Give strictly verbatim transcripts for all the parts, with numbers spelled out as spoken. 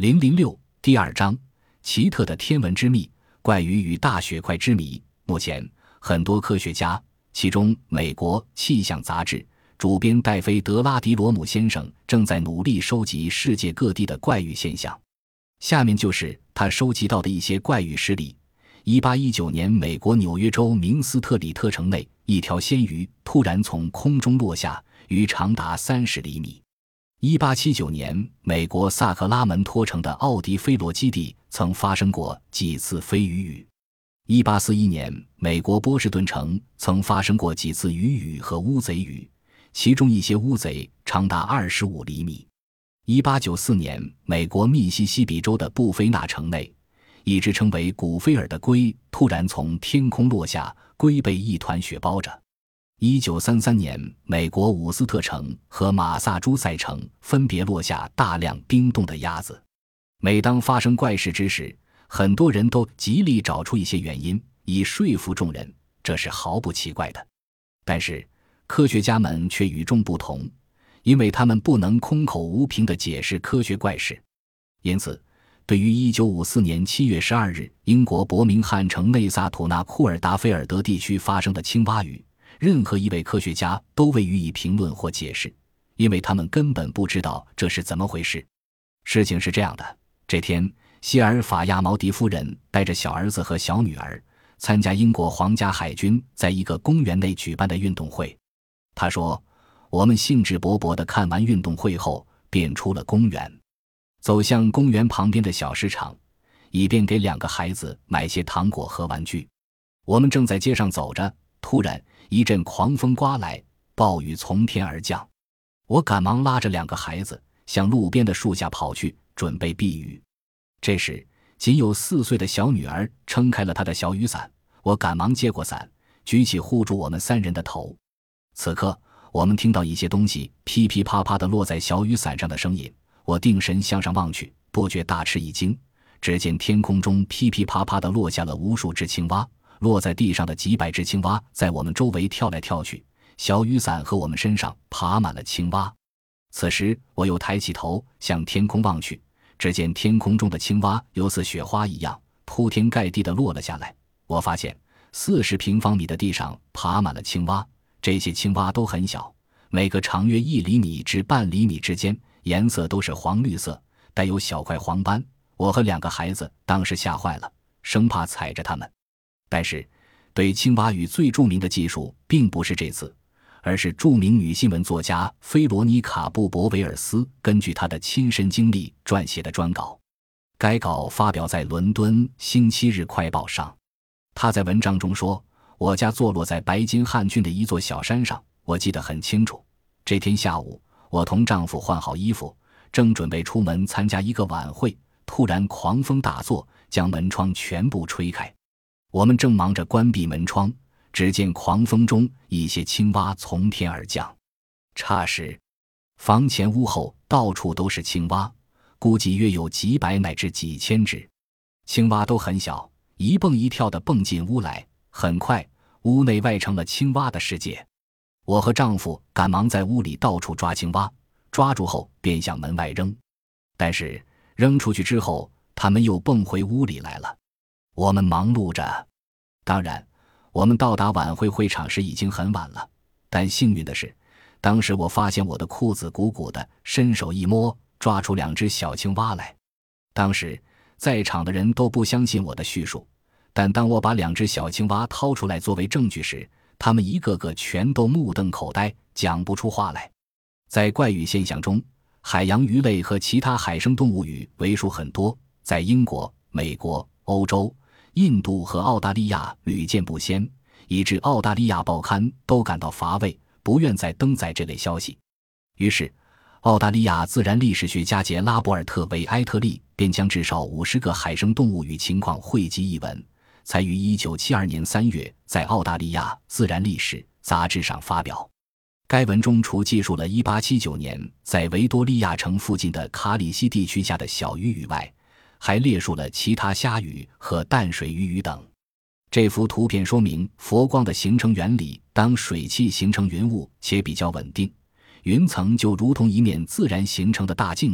零零六第二章，奇特的天文之秘，怪鱼与大雪块之谜。目前，很多科学家，其中美国气象杂志主编戴菲·德拉迪罗姆先生正在努力收集世界各地的怪域现象。下面就是他收集到的一些怪域实例。一八一九年，美国纽约州明斯特里特城内，一条鲜鱼突然从空中落下，鱼长达三十厘米。一八七九年，美国萨克拉门托城的奥迪菲罗基地曾发生过几次飞鱼雨。一八四一年，美国波士顿城曾发生过几次鱼雨和乌贼雨，其中一些乌贼长达二十五厘米。一八九四年，美国密西西比州的布菲纳城内，一只称为古菲尔的龟突然从天空落下，龟被一团雪包着。一九三三年，美国伍斯特城和马萨诸塞城分别落下大量冰冻的鸭子。每当发生怪事之时，很多人都极力找出一些原因，以说服众人，这是毫不奇怪的。但是，科学家们却与众不同，因为他们不能空口无凭地解释科学怪事。因此，对于一九五四年七月十二日英国伯明翰城内萨图纳库尔达菲尔德地区发生的青蛙雨，任何一位科学家都未予以评论或解释，因为他们根本不知道这是怎么回事。事情是这样的，这天，希尔法亚毛迪夫人带着小儿子和小女儿参加英国皇家海军在一个公园内举办的运动会。她说，我们兴致勃勃地看完运动会后，便出了公园，走向公园旁边的小市场，以便给两个孩子买些糖果和玩具。我们正在街上走着，突然一阵狂风刮来，暴雨从天而降。我赶忙拉着两个孩子向路边的树下跑去，准备避雨。这时，仅有四岁的小女儿撑开了她的小雨伞，我赶忙接过伞，举起护住我们三人的头。此刻，我们听到一些东西噼噼啪啪地落在小雨伞上的声音，我定神向上望去，不觉大吃一惊。只见天空中噼噼啪啪地落下了无数只青蛙，落在地上的几百只青蛙在我们周围跳来跳去，小雨伞和我们身上爬满了青蛙。此时我又抬起头向天空望去，只见天空中的青蛙犹似雪花一样铺天盖地地落了下来。我发现四十平方米的地上爬满了青蛙，这些青蛙都很小，每个长约一厘米至半厘米之间，颜色都是黄绿色，带有小块黄斑。我和两个孩子当时吓坏了，生怕踩着它们。但是，对青蛙雨最著名的技术并不是这次，而是著名女新闻作家菲罗妮卡·布伯维尔斯根据她的亲身经历撰写的专稿。该稿发表在伦敦星期日快报上。她在文章中说，我家坐落在白金汉郡的一座小山上，我记得很清楚。这天下午，我同丈夫换好衣服，正准备出门参加一个晚会，突然狂风大作，将门窗全部吹开。我们正忙着关闭门窗，只见狂风中一些青蛙从天而降。霎时，房前屋后到处都是青蛙，估计约有几百乃至几千只。青蛙都很小，一蹦一跳地蹦进屋来，很快屋内外成了青蛙的世界。我和丈夫赶忙在屋里到处抓青蛙，抓住后便向门外扔。但是扔出去之后，它们又蹦回屋里来了。我们忙碌着，当然我们到达晚会会场时已经很晚了，但幸运的是，当时我发现我的裤子鼓鼓的，伸手一摸，抓出两只小青蛙来。当时在场的人都不相信我的叙述，但当我把两只小青蛙掏出来作为证据时，他们一个个全都目瞪口呆，讲不出话来。在怪雨现象中，海洋鱼类和其他海生动物语为数很多，在英国、美国、欧洲、印度和澳大利亚屡见不鲜，以致澳大利亚报刊都感到乏味，不愿再登载这类消息。于是，澳大利亚自然历史学家杰拉伯尔特韦埃特利便将至少五十个海生动物语情况汇集一文，才于一九七二年三月在澳大利亚自然历史杂志上发表。该文中除记述了一八七九年在维多利亚城附近的卡里西地区下的小鱼雨外，还列述了其他虾鱼和淡水鱼雨等。这幅图片说明佛光的形成原理，当水汽形成云雾且比较稳定，云层就如同一面自然形成的大镜子，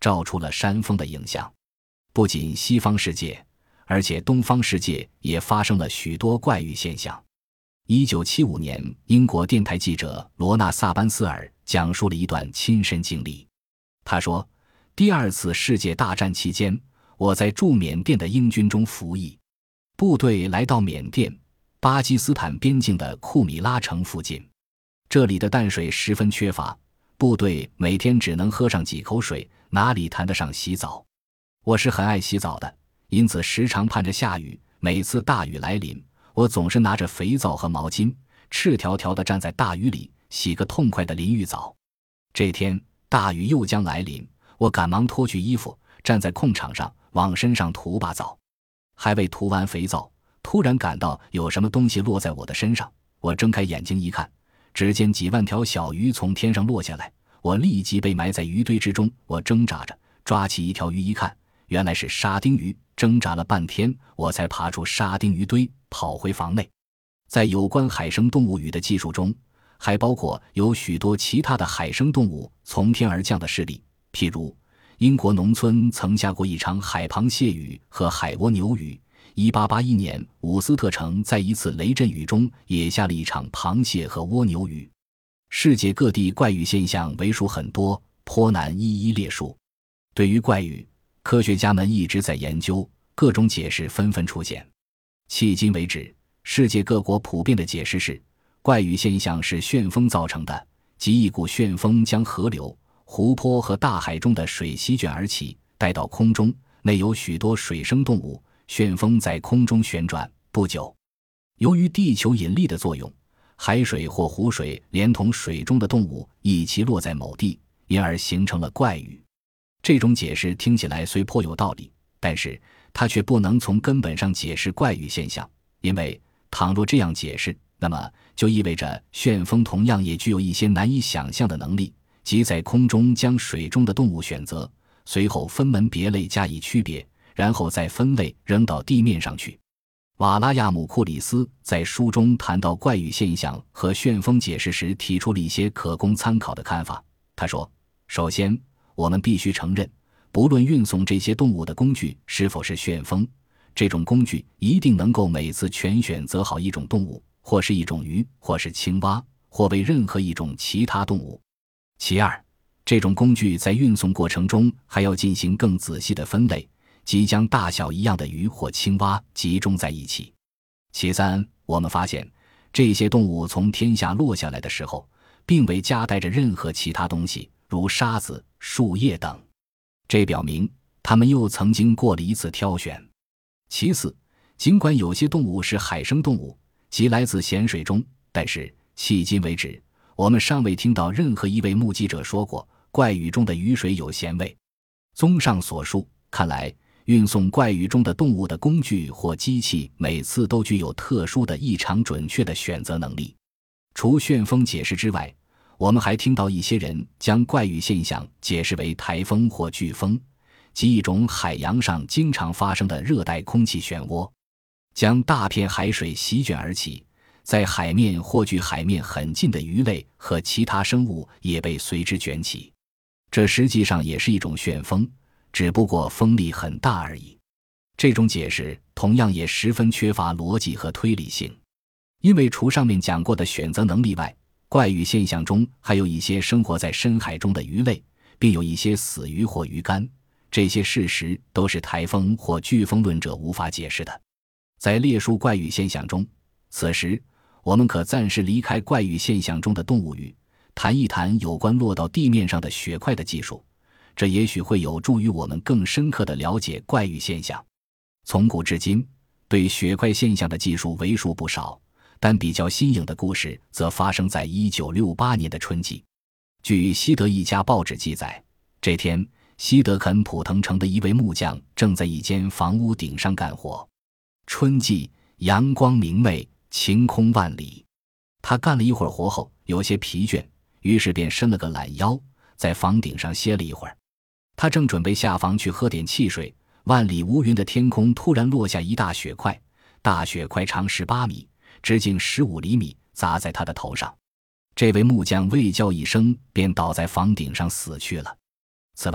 照出了山峰的影像。不仅西方世界，而且东方世界也发生了许多怪异现象。一九七五年，英国电台记者罗纳·萨班斯尔讲述了一段亲身经历。他说，第二次世界大战期间，我在驻缅甸的英军中服役，部队来到缅甸巴基斯坦边境的库米拉城附近，这里的淡水十分缺乏，部队每天只能喝上几口水，哪里谈得上洗澡。我是很爱洗澡的，因此时常盼着下雨。每次大雨来临，我总是拿着肥皂和毛巾，赤条条地站在大雨里，洗个痛快的淋浴澡。这天大雨又将来临，我赶忙脱去衣服，站在空场上往身上涂把澡。还未涂完肥皂，突然感到有什么东西落在我的身上。我睁开眼睛一看，只见几万条小鱼从天上落下来，我立即被埋在鱼堆之中。我挣扎着抓起一条鱼一看，原来是沙丁鱼。挣扎了半天，我才爬出沙丁鱼堆，跑回房内。在有关海生动物语的技术中，还包括有许多其他的海生动物从天而降的事例，譬如英国农村曾下过一场海螃蟹雨和海蜗牛雨。一八八一年，伍斯特城在一次雷阵雨中也下了一场螃蟹和蜗牛雨。世界各地怪雨现象为数很多，颇难一一列数。对于怪雨，科学家们一直在研究，各种解释纷纷出现。迄今为止，世界各国普遍的解释是，怪雨现象是旋风造成的，即一股旋风将河流、湖泊和大海中的水席卷而起，带到空中，内有许多水生动物，旋风在空中旋转。不久，由于地球引力的作用，海水或湖水连同水中的动物一起落在某地，因而形成了怪雨。这种解释听起来虽颇有道理，但是它却不能从根本上解释怪雨现象，因为倘若这样解释，那么就意味着旋风同样也具有一些难以想象的能力，即在空中将水中的动物选择，随后分门别类加以区别，然后再分类扔到地面上去。瓦拉亚姆库里斯在书中谈到怪雨现象和旋风解释时，提出了一些可供参考的看法。他说，首先我们必须承认，不论运送这些动物的工具是否是旋风，这种工具一定能够每次全选择好一种动物，或是一种鱼，或是青蛙，或为任何一种其他动物。其二，这种工具在运送过程中还要进行更仔细的分类，即将大小一样的鱼或青蛙集中在一起。其三，我们发现这些动物从天下落下来的时候，并未夹带着任何其他东西，如沙子、树叶等，这表明它们又曾经过了一次挑选。其次，尽管有些动物是海生动物，即来自咸水中，但是迄今为止，我们尚未听到任何一位目击者说过怪雨中的雨水有咸味。综上所述，看来运送怪雨中的动物的工具或机器每次都具有特殊的异常准确的选择能力。除旋风解释之外，我们还听到一些人将怪雨现象解释为台风或飓风，即一种海洋上经常发生的热带空气漩涡，将大片海水席卷而起，在海面或距海面很近的鱼类和其他生物也被随之卷起。这实际上也是一种旋风，只不过风力很大而已。这种解释同样也十分缺乏逻辑和推理性，因为除上面讲过的选择能力外，怪雨现象中还有一些生活在深海中的鱼类，并有一些死鱼或鱼干，这些事实都是台风或飓风论者无法解释的。在列述怪雨现象中，此时我们可暂时离开怪雨现象中的动物语，谈一谈有关落到地面上的雪块的技术，这也许会有助于我们更深刻地了解怪雨现象。从古至今，对雪块现象的技术为数不少，但比较新颖的故事则发生在一九六八年的春季。据西德一家报纸记载，这天西德肯普腾城的一位木匠正在一间房屋顶上干活。春季阳光明媚，晴空万里。他干了一会儿活后有些疲倦，于是便伸了个懒腰，在房顶上歇了一会儿。他正准备下房去喝点汽水，万里无云的天空突然落下一大雪块，大雪块长十八米，直径十五厘米，砸在他的头上。这位木匠未叫一声便倒在房顶上死去了。此外，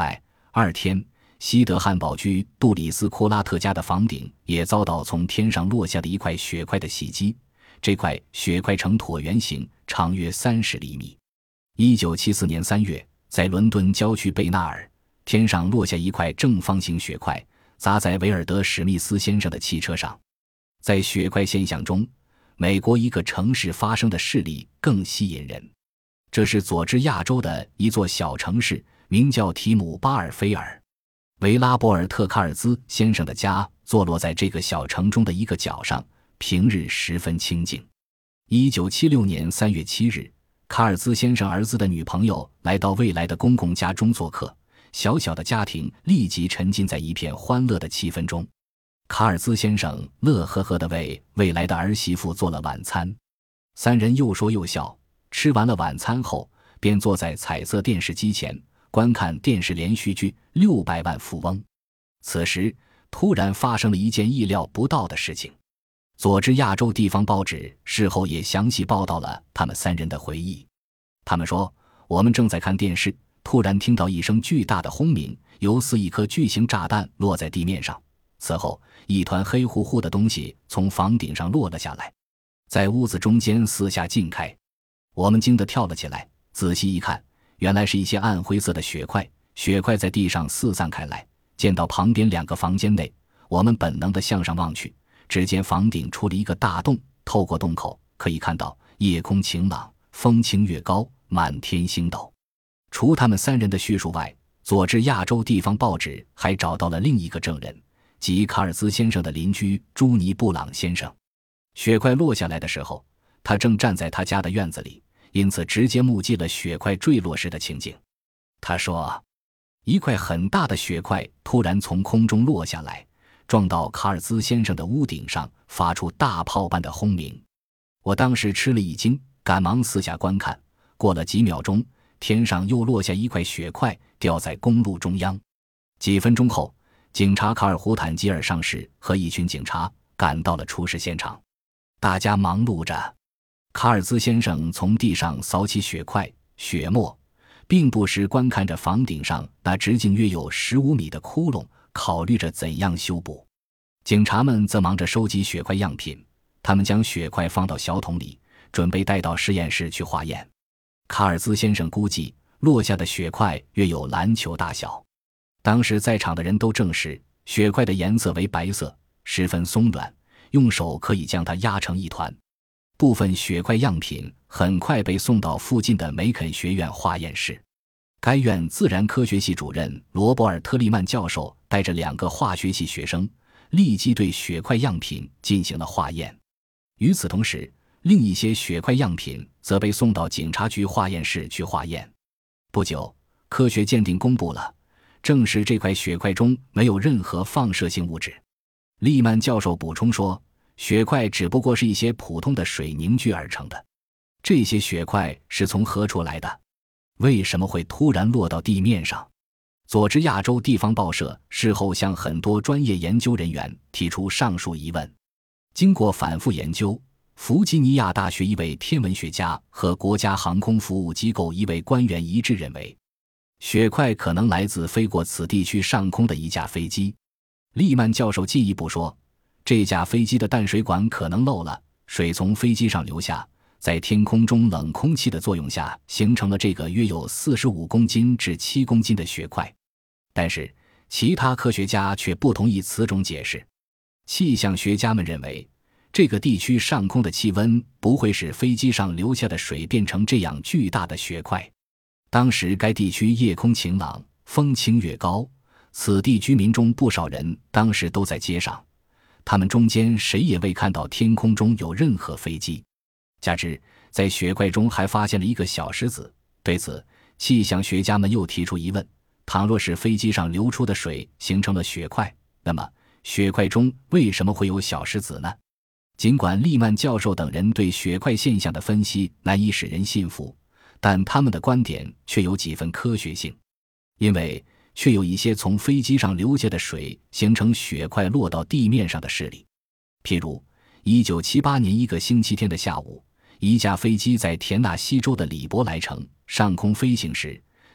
二天，西德汉堡居杜里斯科拉特家的房顶也遭到从天上落下的一块雪块的袭击，这块雪块呈椭圆形，长约三十厘米。一九七四年三月，在伦敦郊区贝纳尔，天上落下一块正方形雪块，砸在维尔德史密斯先生的汽车上。在雪块现象中，美国一个城市发生的事例更吸引人，这是佐治亚州的一座小城市，名叫提姆巴尔菲尔。维拉博尔特卡尔兹先生的家坐落在这个小城中的一个角上，平日十分清静。一九七六年三月七日，卡尔兹先生儿子的女朋友来到未来的公公家中做客，小小的家庭立即沉浸在一片欢乐的气氛中。卡尔兹先生乐呵呵地为未来的儿媳妇做了晚餐，三人又说又笑。吃完了晚餐后，便坐在彩色电视机前观看电视连续剧《六百万富翁》。此时突然发生了一件意料不到的事情。佐治亚州地方报纸事后也详细报道了他们三人的回忆。他们说，我们正在看电视，突然听到一声巨大的轰鸣，犹似一颗巨型炸弹落在地面上。此后，一团黑乎乎的东西从房顶上落了下来，在屋子中间四下浸开。我们惊得跳了起来，仔细一看，原来是一些暗灰色的雪块，雪块在地上四散开来，溅到旁边两个房间内。我们本能地向上望去，只见房顶出了一个大洞，透过洞口可以看到夜空晴朗，风清月高，满天星斗。除他们三人的叙述外，佐治亚州地方报纸还找到了另一个证人，即卡尔兹先生的邻居朱尼布朗先生。雪块落下来的时候，他正站在他家的院子里，因此直接目击了雪块坠落时的情景。他说，一块很大的雪块突然从空中落下来，撞到卡尔兹先生的屋顶上，发出大炮般的轰鸣。我当时吃了一惊，赶忙四下观看。过了几秒钟，天上又落下一块雪块，掉在公路中央。几分钟后，警察卡尔胡坦吉尔上士和一群警察赶到了出事现场。大家忙碌着，卡尔兹先生从地上扫起雪块、雪沫，并不时观看着房顶上那直径约有十五米的窟窿，考虑着怎样修补。警察们则忙着收集雪块样品，他们将雪块放到小桶里，准备带到实验室去化验。卡尔兹先生估计落下的雪块约有篮球大小。当时在场的人都证实，雪块的颜色为白色，十分松软，用手可以将它压成一团。部分雪块样品很快被送到附近的梅肯学院化验室。该院自然科学系主任罗伯尔特利曼教授带着两个化学系学生，立即对雪块样品进行了化验。与此同时，另一些雪块样品则被送到警察局化验室去化验。不久，科学鉴定公布了，证实这块雪块中没有任何放射性物质。利曼教授补充说，雪块只不过是一些普通的水凝聚而成的。这些雪块是从何处来的？为什么会突然落到地面上？佐治亚州地方报社事后向很多专业研究人员提出上述疑问。经过反复研究，弗吉尼亚大学一位天文学家和国家航空服务机构一位官员一致认为，雪块可能来自飞过此地区上空的一架飞机。利曼教授进一步说，这架飞机的淡水管可能漏了，水从飞机上流下，在天空中冷空气的作用下形成了这个约有四十五公斤至七公斤的雪块。但是其他科学家却不同意此种解释。气象学家们认为，这个地区上空的气温不会使飞机上流下的水变成这样巨大的雪块。当时该地区夜空晴朗，风清月高，此地居民中不少人当时都在街上，他们中间谁也未看到天空中有任何飞机。加之在雪块中还发现了一个小石子，对此气象学家们又提出疑问，倘若是飞机上流出的水形成了雪块，那么雪块中为什么会有小石子呢？尽管利曼教授等人对雪块现象的分析难以使人信服，但他们的观点却有几分科学性，因为却有一些从飞机上流下的水形成雪块落到地面上的事例。譬如一九七八年一个星期天的下午，一架飞机在田纳西州的里伯莱城上空飞行时，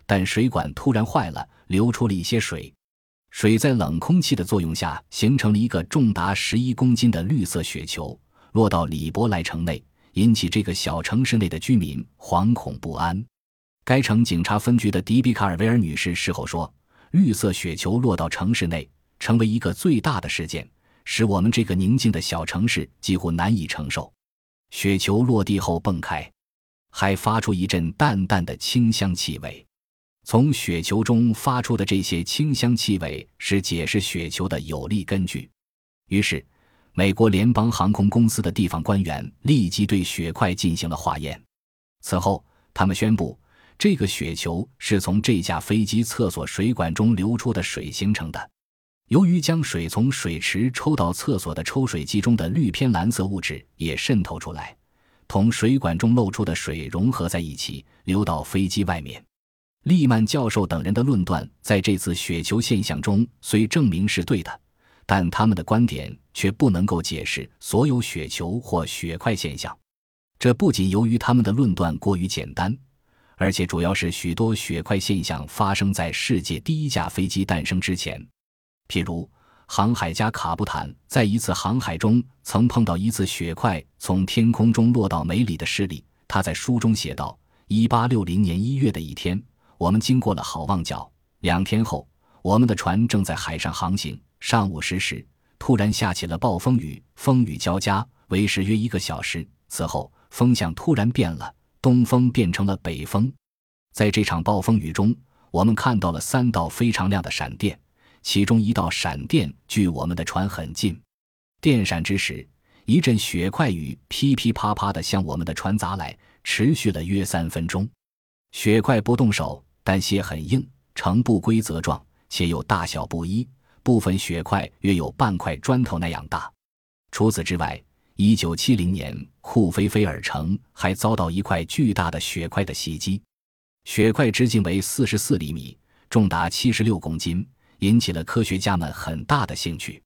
但水管突然坏了，流出了一些水。水在冷空气的作用下形成了一个重达十一公斤的绿色雪球，落到里伯莱城内，引起这个小城市内的居民惶恐不安。该城警察分局的迪比卡尔维尔女士事后说，绿色雪球落到城市内，成为一个最大的事件，使我们这个宁静的小城市几乎难以承受。雪球落地后迸开，还发出一阵淡淡的清香气味。从雪球中发出的这些清香气味是解释雪球的有力根据。于是美国联邦航空公司的地方官员立即对雪块进行了化验。此后他们宣布，这个雪球是从这架飞机厕所水管中流出的水形成的。由于将水从水池抽到厕所的抽水机中的绿偏蓝色物质也渗透出来，同水管中漏出的水融合在一起，流到飞机外面。利曼教授等人的论断在这次雪球现象中虽证明是对的，但他们的观点却不能够解释所有雪球或雪块现象。这不仅由于他们的论断过于简单，而且主要是许多雪块现象发生在世界第一架飞机诞生之前。譬如航海家卡布坦在一次航海中曾碰到一次雪块从天空中落到梅里的事例。他在书中写道，一八六零年一月的一天，我们经过了好望角，两天后我们的船正在海上航行，上午十时突然下起了暴风雨，风雨交加，维持约一个小时。此后风向突然变了，东风变成了北风。在这场暴风雨中，我们看到了三道非常亮的闪电，其中一道闪电距我们的船很近。电闪之时，一阵雪块雨噼噼啪啪地向我们的船砸来，持续了约三分钟。雪块不动手，但些很硬，呈不规则状，且有大小不一，部分雪块约有半块砖头那样大。除此之外，一九七零年库菲菲尔城还遭到一块巨大的雪块的袭击，雪块直径为四十四厘米，重达七十六公斤，引起了科学家们很大的兴趣。